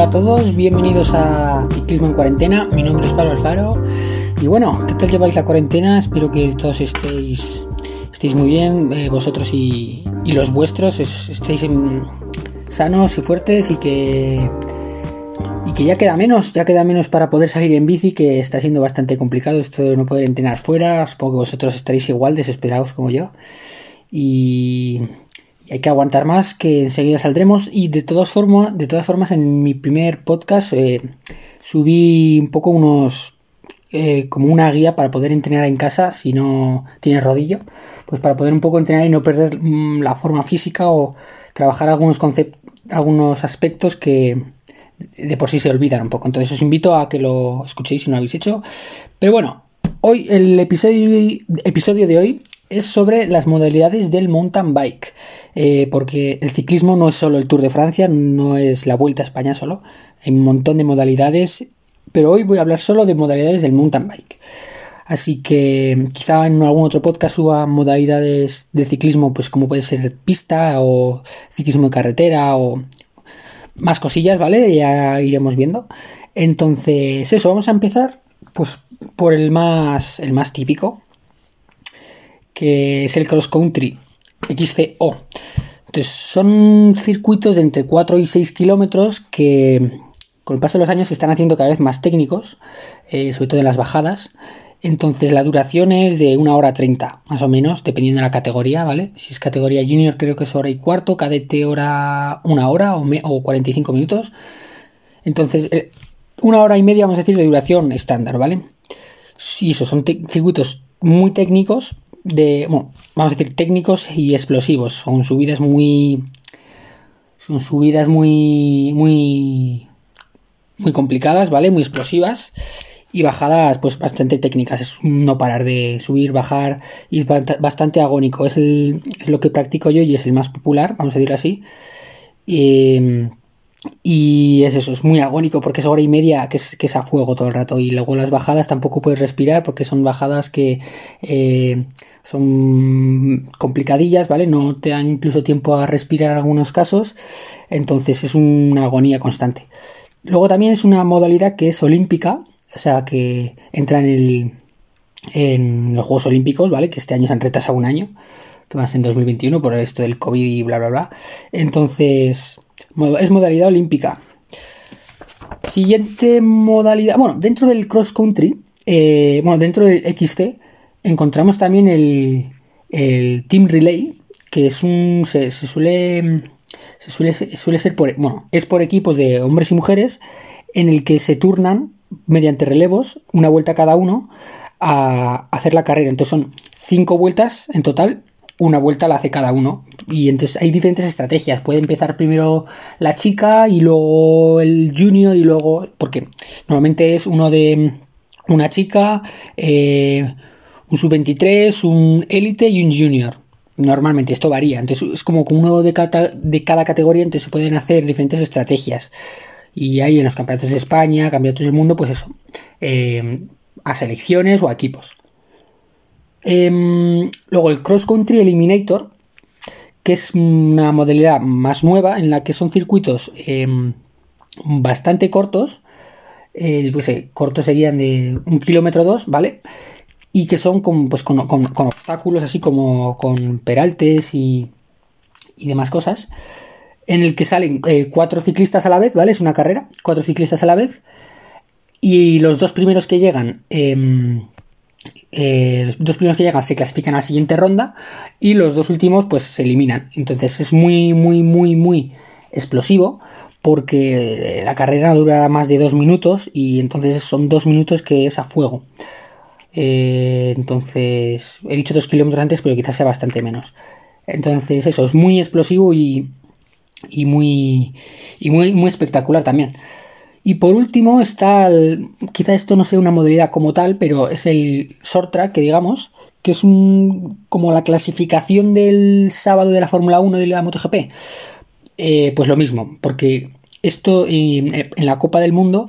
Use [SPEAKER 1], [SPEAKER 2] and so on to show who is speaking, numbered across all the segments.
[SPEAKER 1] a todos, bienvenidos a Ciclismo en Cuarentena. Mi nombre es Pablo Alfaro y bueno, ¿qué tal lleváis la cuarentena? Espero que todos estéis muy bien, vosotros y los vuestros estéis sanos y fuertes y que ya queda menos para poder salir en bici, que está siendo bastante complicado esto de no poder entrenar fuera. Supongo que vosotros estaréis igual desesperados como yo y hay que aguantar más, que enseguida saldremos. Y de todas formas en mi primer podcast subí un poco como una guía para poder entrenar en casa si no tienes rodillo, pues para poder un poco entrenar y no perder la forma física o trabajar algunos aspectos que de por sí se olvidan un poco. Entonces os invito a que lo escuchéis si no lo habéis hecho. Pero bueno, hoy el episodio de hoy es sobre las modalidades del mountain bike, porque el ciclismo no es solo el Tour de Francia, no es la Vuelta a España solo, hay un montón de modalidades, pero hoy voy a hablar solo de modalidades del mountain bike. Así que quizá en algún otro podcast suba modalidades de ciclismo, pues como puede ser pista o ciclismo de carretera o más cosillas, ¿vale? Ya iremos viendo. Entonces eso, vamos a empezar pues por el más típico, que es el cross country XCO. Entonces son circuitos de entre 4 y 6 kilómetros que con el paso de los años se están haciendo cada vez más técnicos, sobre todo en las bajadas. Entonces la duración es de 1 hora 30 más o menos, dependiendo de la categoría, ¿vale? Si es categoría junior creo que es 1 hora y cuarto, cadete 1 hora o 45 minutos. Entonces 1 hora y media vamos a decir de duración estándar, ¿vale? Sí, esos son circuitos muy técnicos, vamos a decir técnicos y explosivos. Son subidas muy complicadas, ¿vale? Muy explosivas, y bajadas pues bastante técnicas. Es un no parar de subir, bajar, y es bastante agónico. Es lo que practico yo y es el más popular, vamos a decirlo así. Y es eso, es muy agónico porque es 1 hora y media que es a fuego todo el rato. Y luego las bajadas tampoco puedes respirar porque son bajadas que son complicadillas, ¿vale? No te dan incluso tiempo a respirar en algunos casos. Entonces es una agonía constante. Luego también es una modalidad que es olímpica, o sea que entra en los Juegos Olímpicos, ¿vale? Que este año se han retrasado un año, que va a ser en 2021 por esto del COVID y bla bla bla. Entonces es modalidad olímpica. Siguiente modalidad, dentro del cross country, dentro del XC encontramos también el Team Relay, que es suele ser es por equipos de hombres y mujeres, en el que se turnan mediante relevos, una vuelta cada uno, a hacer la carrera. Entonces son 5 vueltas en total, una vuelta la hace cada uno. Y entonces hay diferentes estrategias. Puede empezar primero la chica y luego el junior, y luego, porque normalmente es uno de una chica, un sub-23, un élite y un junior. Normalmente esto varía, entonces es como uno de cada categoría, entonces se pueden hacer diferentes estrategias. Y hay en los campeonatos de España, campeonatos del mundo, pues eso, a selecciones o a equipos. Luego el Cross Country Eliminator, que es una modalidad más nueva en la que son circuitos bastante cortos, cortos serían de 1 kilómetro 2, ¿vale? Y que son con obstáculos, así como con peraltes y demás cosas, en el que salen 4 ciclistas a la vez, ¿vale? Es una carrera, 4 ciclistas a la vez, y los dos primeros que llegan se clasifican a la siguiente ronda, y los 2 últimos pues se eliminan. Entonces es muy muy muy muy explosivo, porque la carrera dura más de 2 minutos, y entonces son 2 minutos que es a fuego. Entonces he dicho 2 kilómetros antes, pero quizás sea bastante menos. Entonces eso es muy explosivo y muy espectacular también. Y por último está quizá esto no sea una modalidad como tal, pero es el short track, que digamos que es como la clasificación del sábado de la Fórmula 1 y de la MotoGP. Pues lo mismo, porque esto en la Copa del Mundo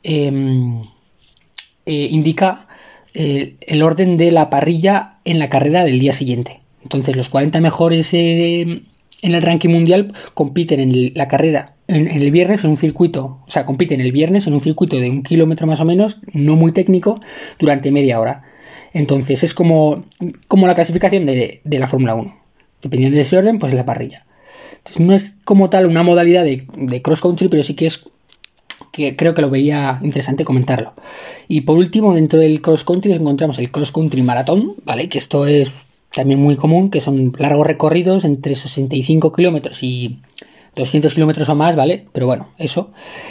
[SPEAKER 1] indica el orden de la parrilla en la carrera del día siguiente. Entonces los 40 mejores en el ranking mundial compiten en la carrera en el viernes en un circuito, o sea, compiten el viernes en un circuito de 1 kilómetro más o menos, no muy técnico, durante media hora. Entonces es como la clasificación de la Fórmula 1. Dependiendo de ese orden, pues es la parrilla. Entonces no es como tal una modalidad de cross country, pero sí que es que creo que lo veía interesante comentarlo. Y por último, dentro del cross country encontramos el cross country maratón, ¿vale? Que esto es también muy común, que son largos recorridos entre 65 kilómetros y 200 kilómetros o más, ¿vale? Pero bueno, eso.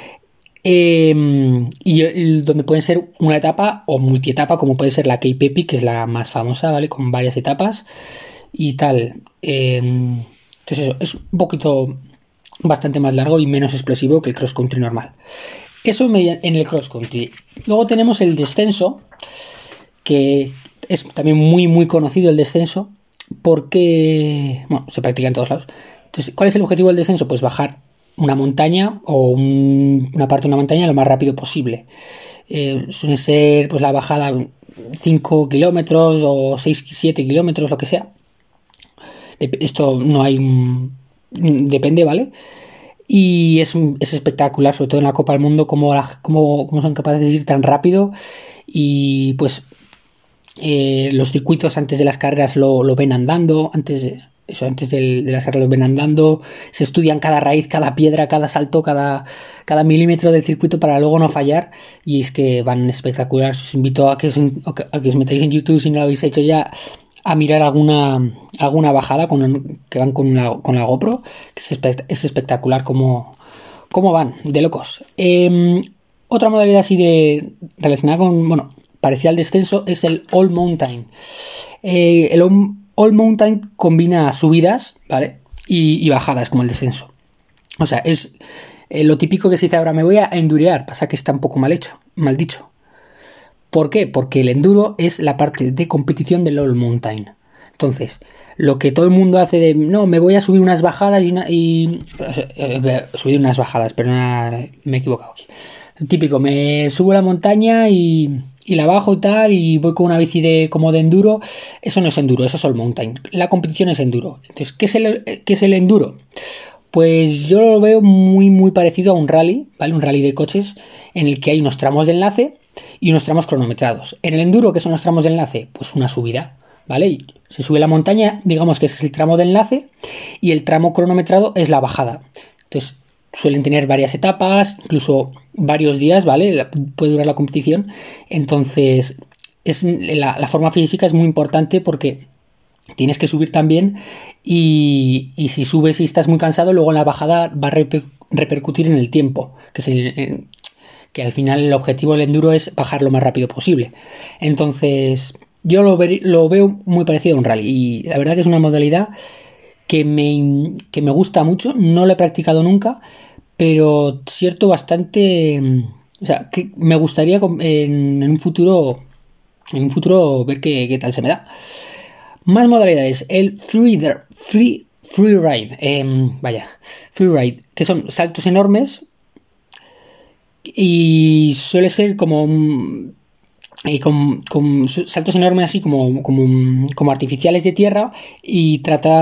[SPEAKER 1] Y donde pueden ser una etapa o multietapa, como puede ser la Cape Epic, que es la más famosa, ¿vale? Con varias etapas y tal. Entonces eso, es un poquito bastante más largo y menos explosivo que el cross country normal. Eso en el cross country. Luego tenemos el descenso, que es también muy muy conocido el descenso, porque bueno, se practica en todos lados. Entonces, ¿cuál es el objetivo del descenso? Pues bajar una montaña o una parte de una montaña lo más rápido posible. Suele ser pues la bajada 5 kilómetros o 6, 7 kilómetros, lo que sea. Esto no hay depende, ¿vale? Y es espectacular, sobre todo en la Copa del Mundo, cómo son capaces de ir tan rápido. Y pues los circuitos antes de las carreras lo ven andando, antes de las carreras lo ven andando, se estudian cada raíz, cada piedra, cada salto, cada milímetro del circuito para luego no fallar, y es que van espectacular. Os invito a que os metáis en YouTube si no lo habéis hecho ya, a mirar alguna bajada que van con la GoPro, que es espectacular cómo van, de locos. Otra modalidad así relacionada con, bueno, parecida al descenso, es el All Mountain. El All Mountain combina subidas, ¿vale? Y bajadas, como el descenso. O sea, es lo típico que se dice ahora, me voy a endurear. Pasa que está un poco mal dicho. ¿Por qué? Porque el enduro es la parte de competición del All Mountain. Entonces, lo que todo el mundo hace de, no, me voy a subir unas bajadas subir unas bajadas, pero me he equivocado aquí. El típico, me subo la montaña y la bajo y tal, y voy con una bici como de enduro. Eso no es enduro, eso es All Mountain. La competición es enduro. Entonces, ¿qué es el enduro? Pues yo lo veo muy muy parecido a un rally, ¿vale? Un rally de coches en el que hay unos tramos de enlace y unos tramos cronometrados. En el enduro, ¿qué son los tramos de enlace? Pues una subida, ¿vale? Y se sube la montaña, digamos que ese es el tramo de enlace, y el tramo cronometrado es la bajada. Entonces, suelen tener varias etapas, incluso varios días, ¿vale? Puede durar la competición. Entonces, la forma física es muy importante porque tienes que subir también, y si subes y estás muy cansado, luego en la bajada va a repercutir en el tiempo, que al final el objetivo del enduro es bajar lo más rápido posible. Entonces, yo lo veo muy parecido a un rally, y la verdad que es una modalidad que me gusta mucho. No lo he practicado nunca, pero cierto bastante, o sea, que me gustaría en un futuro ver qué tal se me da. Más modalidades, el freeride, freeride, que son saltos enormes, y suele ser como con saltos enormes así como artificiales de tierra, y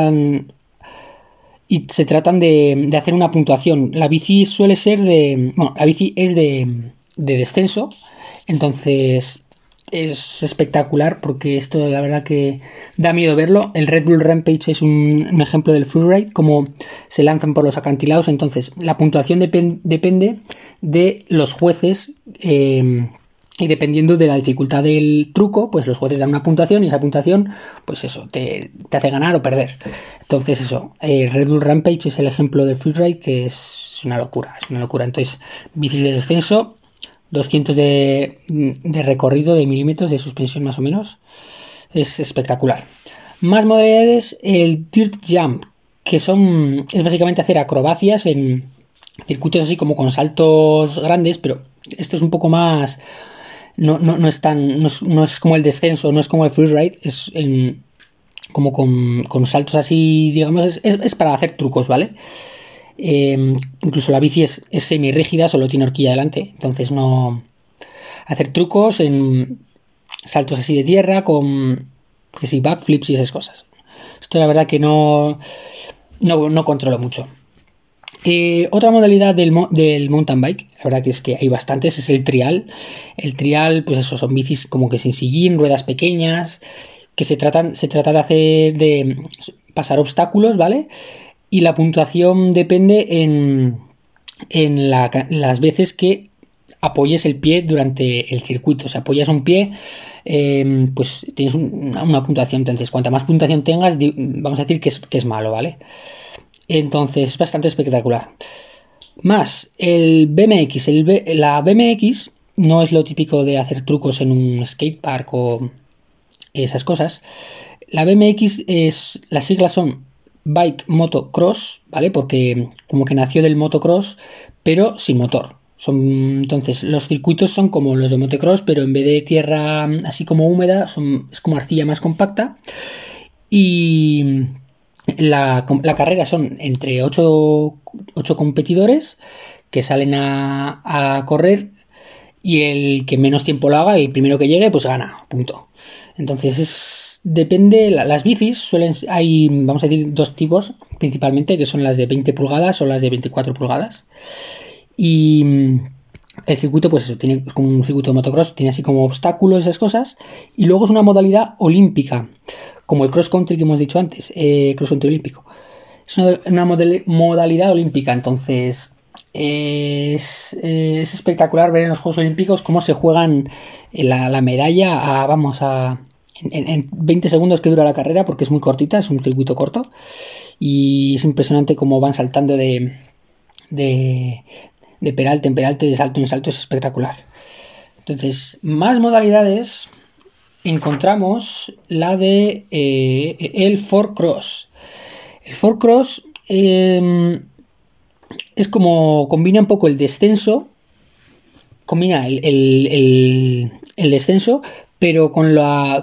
[SPEAKER 1] se tratan de hacer una puntuación. La bici suele ser la bici es de descenso, entonces es espectacular, porque esto la verdad que da miedo verlo. El Red Bull Rampage es un ejemplo del freeride, como se lanzan por los acantilados. Entonces la puntuación depende de los jueces, y dependiendo de la dificultad del truco, pues los jueces dan una puntuación, y esa puntuación, pues eso, te hace ganar o perder. Entonces eso, Red Bull Rampage es el ejemplo del freeride, que es una locura, Entonces, bicis de descenso, 200 de recorrido de milímetros de suspensión más o menos, es espectacular. Más modalidades, el Dirt Jump, que es básicamente hacer acrobacias en circuitos así como con saltos grandes, pero esto es un poco más, no es como el descenso, no es como el freeride, es como con saltos así, digamos, es para hacer trucos, ¿vale? Incluso la bici es semi-rígida, solo tiene horquilla delante, entonces no hacer trucos en saltos así de tierra con que sí, backflips y esas cosas. Esto la verdad que no controlo mucho. Otra modalidad del mountain bike, la verdad que es que hay bastantes, es el trial. El trial, pues eso, son bicis como que sin sillín, ruedas pequeñas, que se trata de pasar obstáculos, ¿vale? Y la puntuación depende en las veces que apoyes el pie durante el circuito. Si apoyas un pie, pues tienes una puntuación. Entonces, cuanta más puntuación tengas, vamos a decir que es malo, ¿vale? Entonces, es bastante espectacular. Más, el BMX. La BMX no es lo típico de hacer trucos en un skatepark o esas cosas. La BMX las siglas son Bike Motocross, ¿vale? Porque como que nació del motocross, pero sin motor. Entonces, los circuitos son como los de motocross, pero en vez de tierra así como húmeda, es como arcilla más compacta. Y la carrera son entre 8 competidores que salen a correr, y el que menos tiempo lo haga, el primero que llegue, pues gana, punto. Entonces depende, las bicis hay, vamos a decir, dos tipos principalmente, que son las de 20 pulgadas o las de 24 pulgadas. Y el circuito, pues eso, tiene como un circuito de motocross, tiene así como obstáculos, esas cosas. Y luego es una modalidad olímpica, como el cross country que hemos dicho antes, cross country olímpico. Es una modalidad olímpica, entonces es espectacular ver en los Juegos Olímpicos cómo se juegan la medalla en 20 segundos que dura la carrera, porque es muy cortita, es un circuito corto, y es impresionante cómo van saltando de peralte en peralte, de salto en salto, es espectacular. Entonces, más modalidades, encontramos la de el 4Cross. El 4Cross es como combina un poco el descenso, combina el descenso, pero con la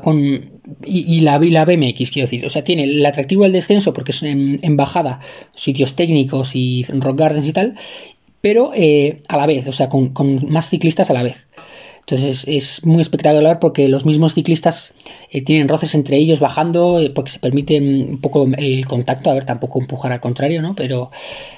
[SPEAKER 1] BMX, quiero decir. O sea, tiene el atractivo del descenso porque es en bajada, sitios técnicos y rock gardens y tal, pero a la vez, o sea, con más ciclistas a la vez. Entonces es muy espectacular porque los mismos ciclistas tienen roces entre ellos bajando, porque se permite un poco el contacto, a ver, tampoco empujar al contrario, ¿no? Pero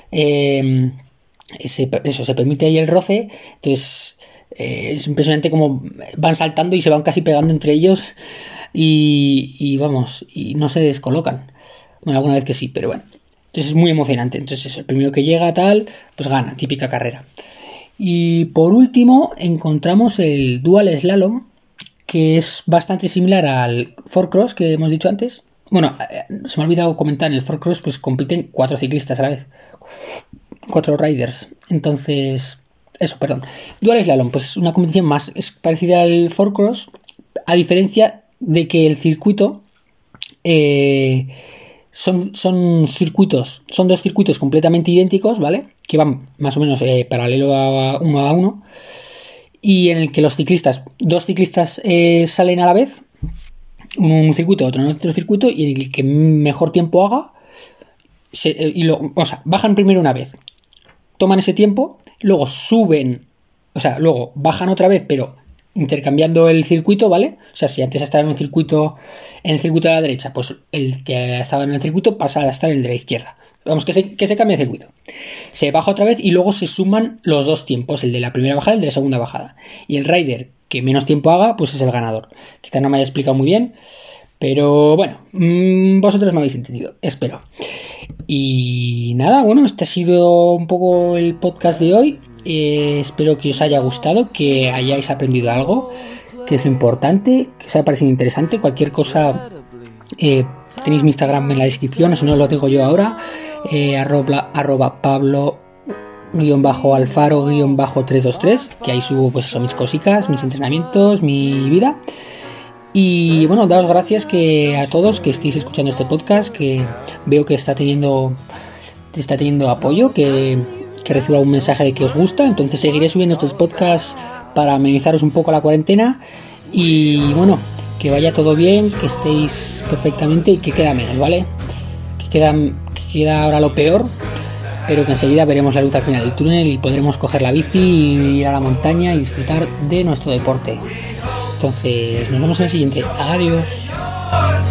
[SPEAKER 1] se permite ahí el roce. Entonces es impresionante cómo van saltando y se van casi pegando entre ellos y vamos, y no se descolocan. Bueno, alguna vez que sí, pero bueno. Entonces es muy emocionante. Entonces el primero que llega tal, pues gana, típica carrera. Y por último encontramos el Dual Slalom, que es bastante similar al 4Cross que hemos dicho antes. Bueno, se me ha olvidado comentar, en el 4Cross pues compiten 4 ciclistas a la vez, 4 riders. Entonces, eso, perdón. Dual Slalom, pues es una competición es parecida al 4Cross, a diferencia de que el circuito son dos circuitos completamente idénticos, ¿vale? Que van más o menos paralelo a uno, y en el que dos ciclistas salen a la vez, un circuito, otro en otro circuito, y en el que mejor tiempo haga, bajan primero una vez, toman ese tiempo, luego suben, luego bajan otra vez, pero intercambiando el circuito, ¿vale? O sea, si antes estaba en el circuito de la derecha, pues el que estaba en el circuito pasa a estar en el de la izquierda. Vamos, que se cambia de circuito. Se baja otra vez y luego se suman los dos tiempos, el de la primera bajada y el de la segunda bajada. Y el rider que menos tiempo haga, pues es el ganador. Quizá no me haya explicado muy bien, pero bueno, vosotros me habéis entendido, espero. Y nada, bueno, este ha sido un poco el podcast de hoy. Espero que os haya gustado, que hayáis aprendido algo, que es lo importante, que os haya parecido interesante. Cualquier cosa, tenéis mi Instagram en la descripción, o si no lo digo yo ahora, arroba Pablo-Alfaro-323, que ahí subo pues eso, mis cositas, mis entrenamientos, mi vida. Y bueno, daos gracias a todos que estéis escuchando este podcast, que veo que está teniendo apoyo, que reciba un mensaje de que os gusta. Entonces seguiré subiendo estos podcasts para amenizaros un poco la cuarentena. Y bueno, que vaya todo bien, que estéis perfectamente y que queda menos, ¿vale? Que queda ahora lo peor, pero que enseguida veremos la luz al final del túnel y podremos coger la bici y ir a la montaña y disfrutar de nuestro deporte. Entonces nos vemos en el siguiente. Adiós.